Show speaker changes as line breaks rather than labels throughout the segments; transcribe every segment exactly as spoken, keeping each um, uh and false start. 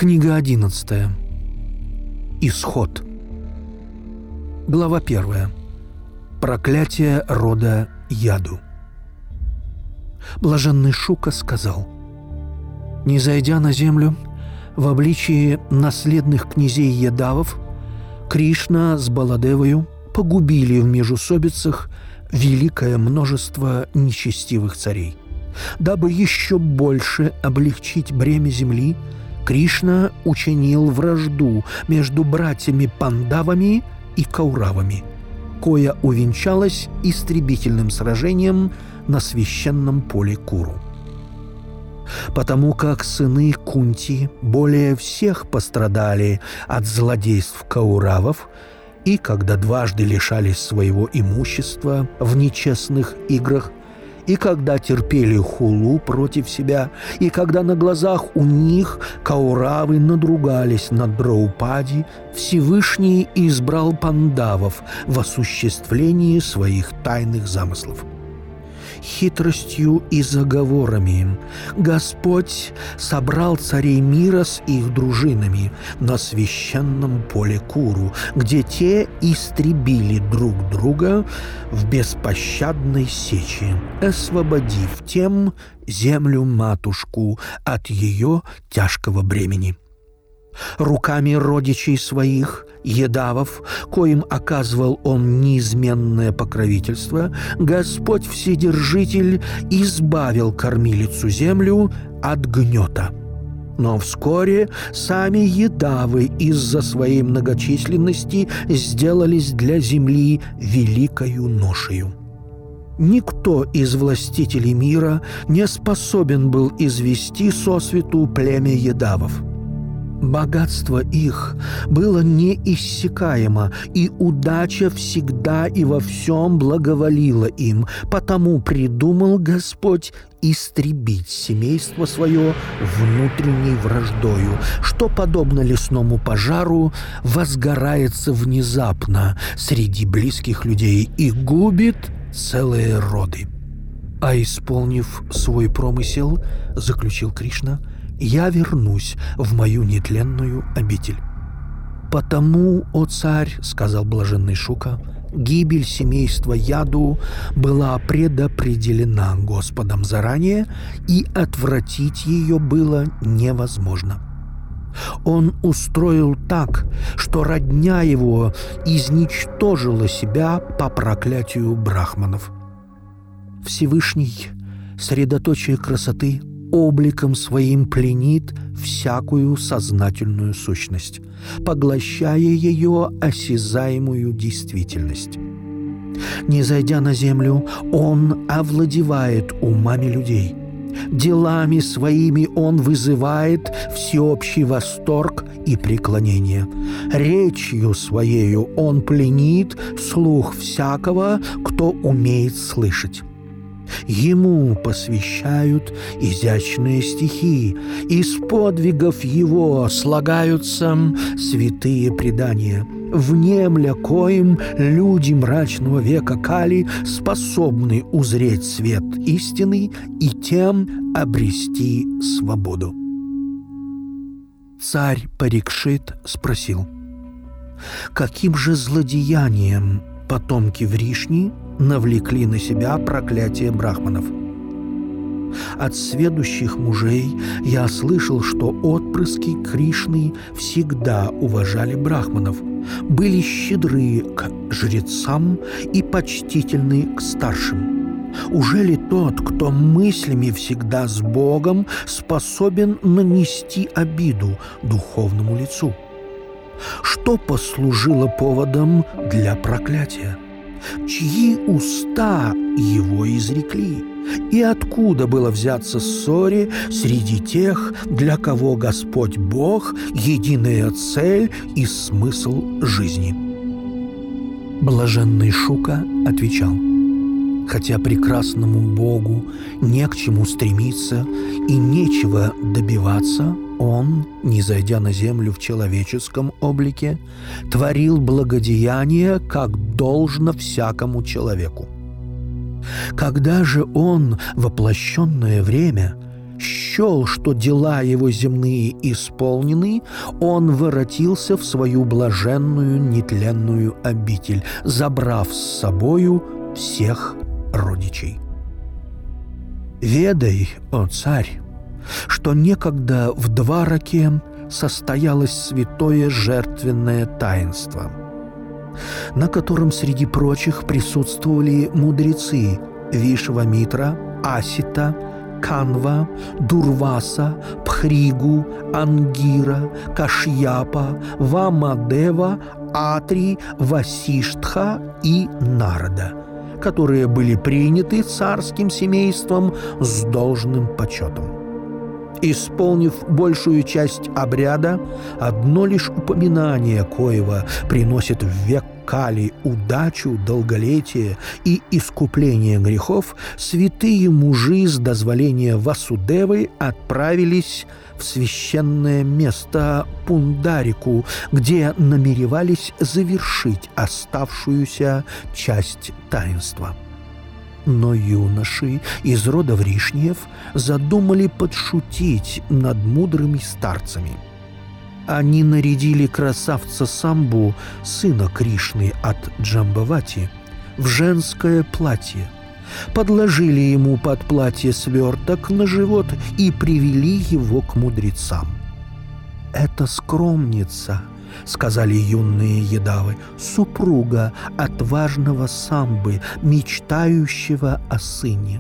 Книга одиннадцатая. Исход. Глава первая. Проклятие рода Яду. Блаженный Шука сказал: «Не зайдя на землю в обличии наследных князей Ядавов, Кришна с Баладевою погубили в межусобицах великое множество нечестивых царей. Дабы еще больше облегчить бремя земли, Кришна учинил вражду между братьями Пандавами и Кауравами, кое увенчалось истребительным сражением на священном поле Куру. Потому как сыны Кунти более всех пострадали от злодейств Кауравов, и когда дважды лишались своего имущества в нечестных играх, и когда терпели хулу против себя, и когда на глазах у них Кауравы надругались над Драупади, Всевышний избрал Пандавов в осуществлении своих тайных замыслов. Хитростью и заговорами Господь собрал царей мира с их дружинами на священном поле Куру, где те истребили друг друга в беспощадной сече, освободив тем землю-матушку от ее тяжкого бремени. Руками родичей своих, Ядавов, коим оказывал он неизменное покровительство, Господь Вседержитель избавил кормилицу землю от гнета. Но вскоре сами Ядавы из-за своей многочисленности сделались для земли великою ношею. Никто из властителей мира не способен был извести сосвету племя Ядавов. Богатство их было неиссякаемо, и удача всегда и во всем благоволила им, потому придумал Господь истребить семейство свое внутренней враждою, что, подобно лесному пожару, возгорается внезапно среди близких людей и губит целые роды. А исполнив свой промысел, заключил Кришна, я вернусь в мою нетленную обитель. Потому, о царь, — сказал блаженный Шука, — гибель семейства Яду была предопределена Господом заранее, и отвратить ее было невозможно. Он устроил так, что родня его изничтожила себя по проклятию брахманов. Всевышний, средоточие красоты, обликом своим пленит всякую сознательную сущность, поглощая ее осязаемую действительность. Не зайдя на землю, он овладевает умами людей. Делами своими он вызывает всеобщий восторг и преклонение. Речью своею он пленит слух всякого, кто умеет слышать. Ему посвящают изящные стихи, из подвигов его слагаются святые предания, внемля коим люди мрачного века Кали способны узреть свет истины и тем обрести свободу. Царь Парикшит спросил: каким же злодеянием потомки Вришни навлекли на себя проклятие брахманов? От сведущих мужей я слышал, что отпрыски Кришны всегда уважали брахманов, были щедры к жрецам и почтительны к старшим. Уже ли тот, кто мыслями всегда с Богом, способен нанести обиду духовному лицу? Что послужило поводом для проклятия? Чьи уста его изрекли? И откуда было взяться ссоре среди тех, для кого Господь Бог — единая цель и смысл жизни? Блаженный Шука отвечал: хотя прекрасному Богу не к чему стремиться и нечего добиваться, Он, не зайдя на землю в человеческом облике, творил благодеяния, как должно всякому человеку. Когда же Он, воплощенное время, счел, что дела его земные исполнены, он воротился в свою блаженную нетленную обитель, забрав с собою всех родичей. «Ведай, о царь, что некогда в Двараке состоялось святое жертвенное таинство, на котором среди прочих присутствовали мудрецы Вишвамитра, Асита, Канва, Дурваса, Пхригу, Ангира, Кашьяпа, Вамадева, Атри, Васиштха и Нарада, которые были приняты царским семейством с должным почетом. Исполнив большую часть обряда, одно лишь упоминание коего приносит в век Кали удачу, долголетие и искупление грехов, святые мужи с дозволения Васудевы отправились в священное место Пундарику, где намеревались завершить оставшуюся часть таинства. Но юноши из рода Вришниев задумали подшутить над мудрыми старцами. Они нарядили красавца Самбу, сына Кришны от Джамбавати, в женское платье, подложили ему под платье сверток на живот и привели его к мудрецам. «Это скромница», — сказали юные Ядавы, — «супруга отважного Самбы, мечтающего о сыне.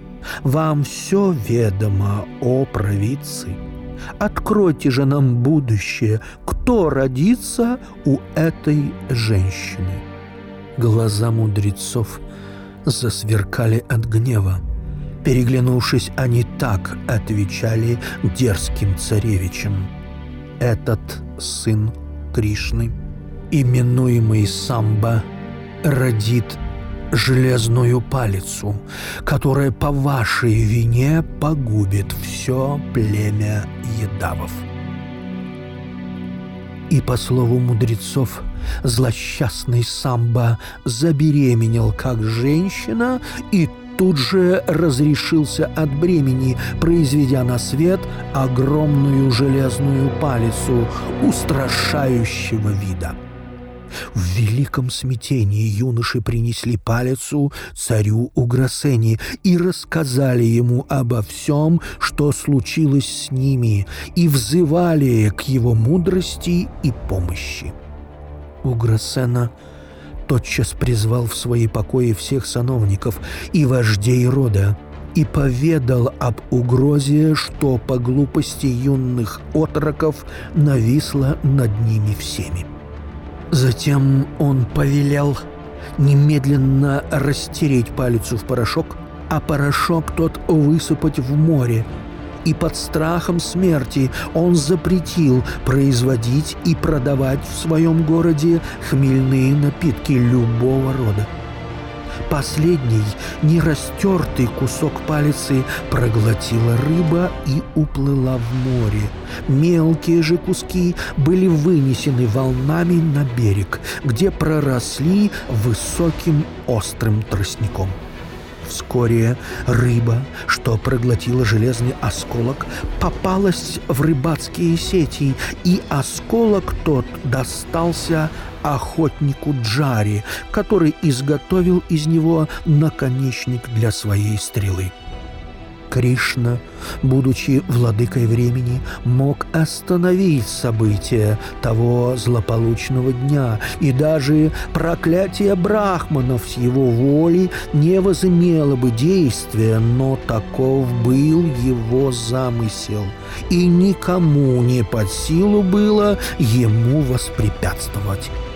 Вам все ведомо, о провидцы. Откройте же нам будущее, кто родится у этой женщины». Глаза мудрецов засверкали от гнева. Переглянувшись, они так отвечали дерзким царевичам: «Этот сын Кришны, именуемый Самба, родит железную палицу, которая по вашей вине погубит все племя Ядавов». И по слову мудрецов, злосчастный Самба забеременел как женщина и тут же разрешился от бремени, произведя на свет огромную железную палицу устрашающего вида. В великом смятении юноши принесли палицу царю Уграсени и рассказали ему обо всем, что случилось с ними, и взывали к его мудрости и помощи. Уграсена тотчас призвал в свои покои всех сановников и вождей рода и поведал об угрозе, что по глупости юных отроков нависло над ними всеми. Затем он повелел немедленно растереть палицу в порошок, а порошок тот высыпать в море, и под страхом смерти он запретил производить и продавать в своем городе хмельные напитки любого рода. Последний, нерастертый кусок палицы проглотила рыба и уплыла в море. Мелкие же куски были вынесены волнами на берег, где проросли высоким острым тростником. Вскоре рыба, что проглотила железный осколок, попалась в рыбацкие сети, и осколок тот достался охотнику Джари, который изготовил из него наконечник для своей стрелы. Кришна, будучи владыкой времени, мог остановить события того злополучного дня, и даже проклятие брахманов с его воли не возымело бы действия, но таков был его замысел, и никому не под силу было ему воспрепятствовать.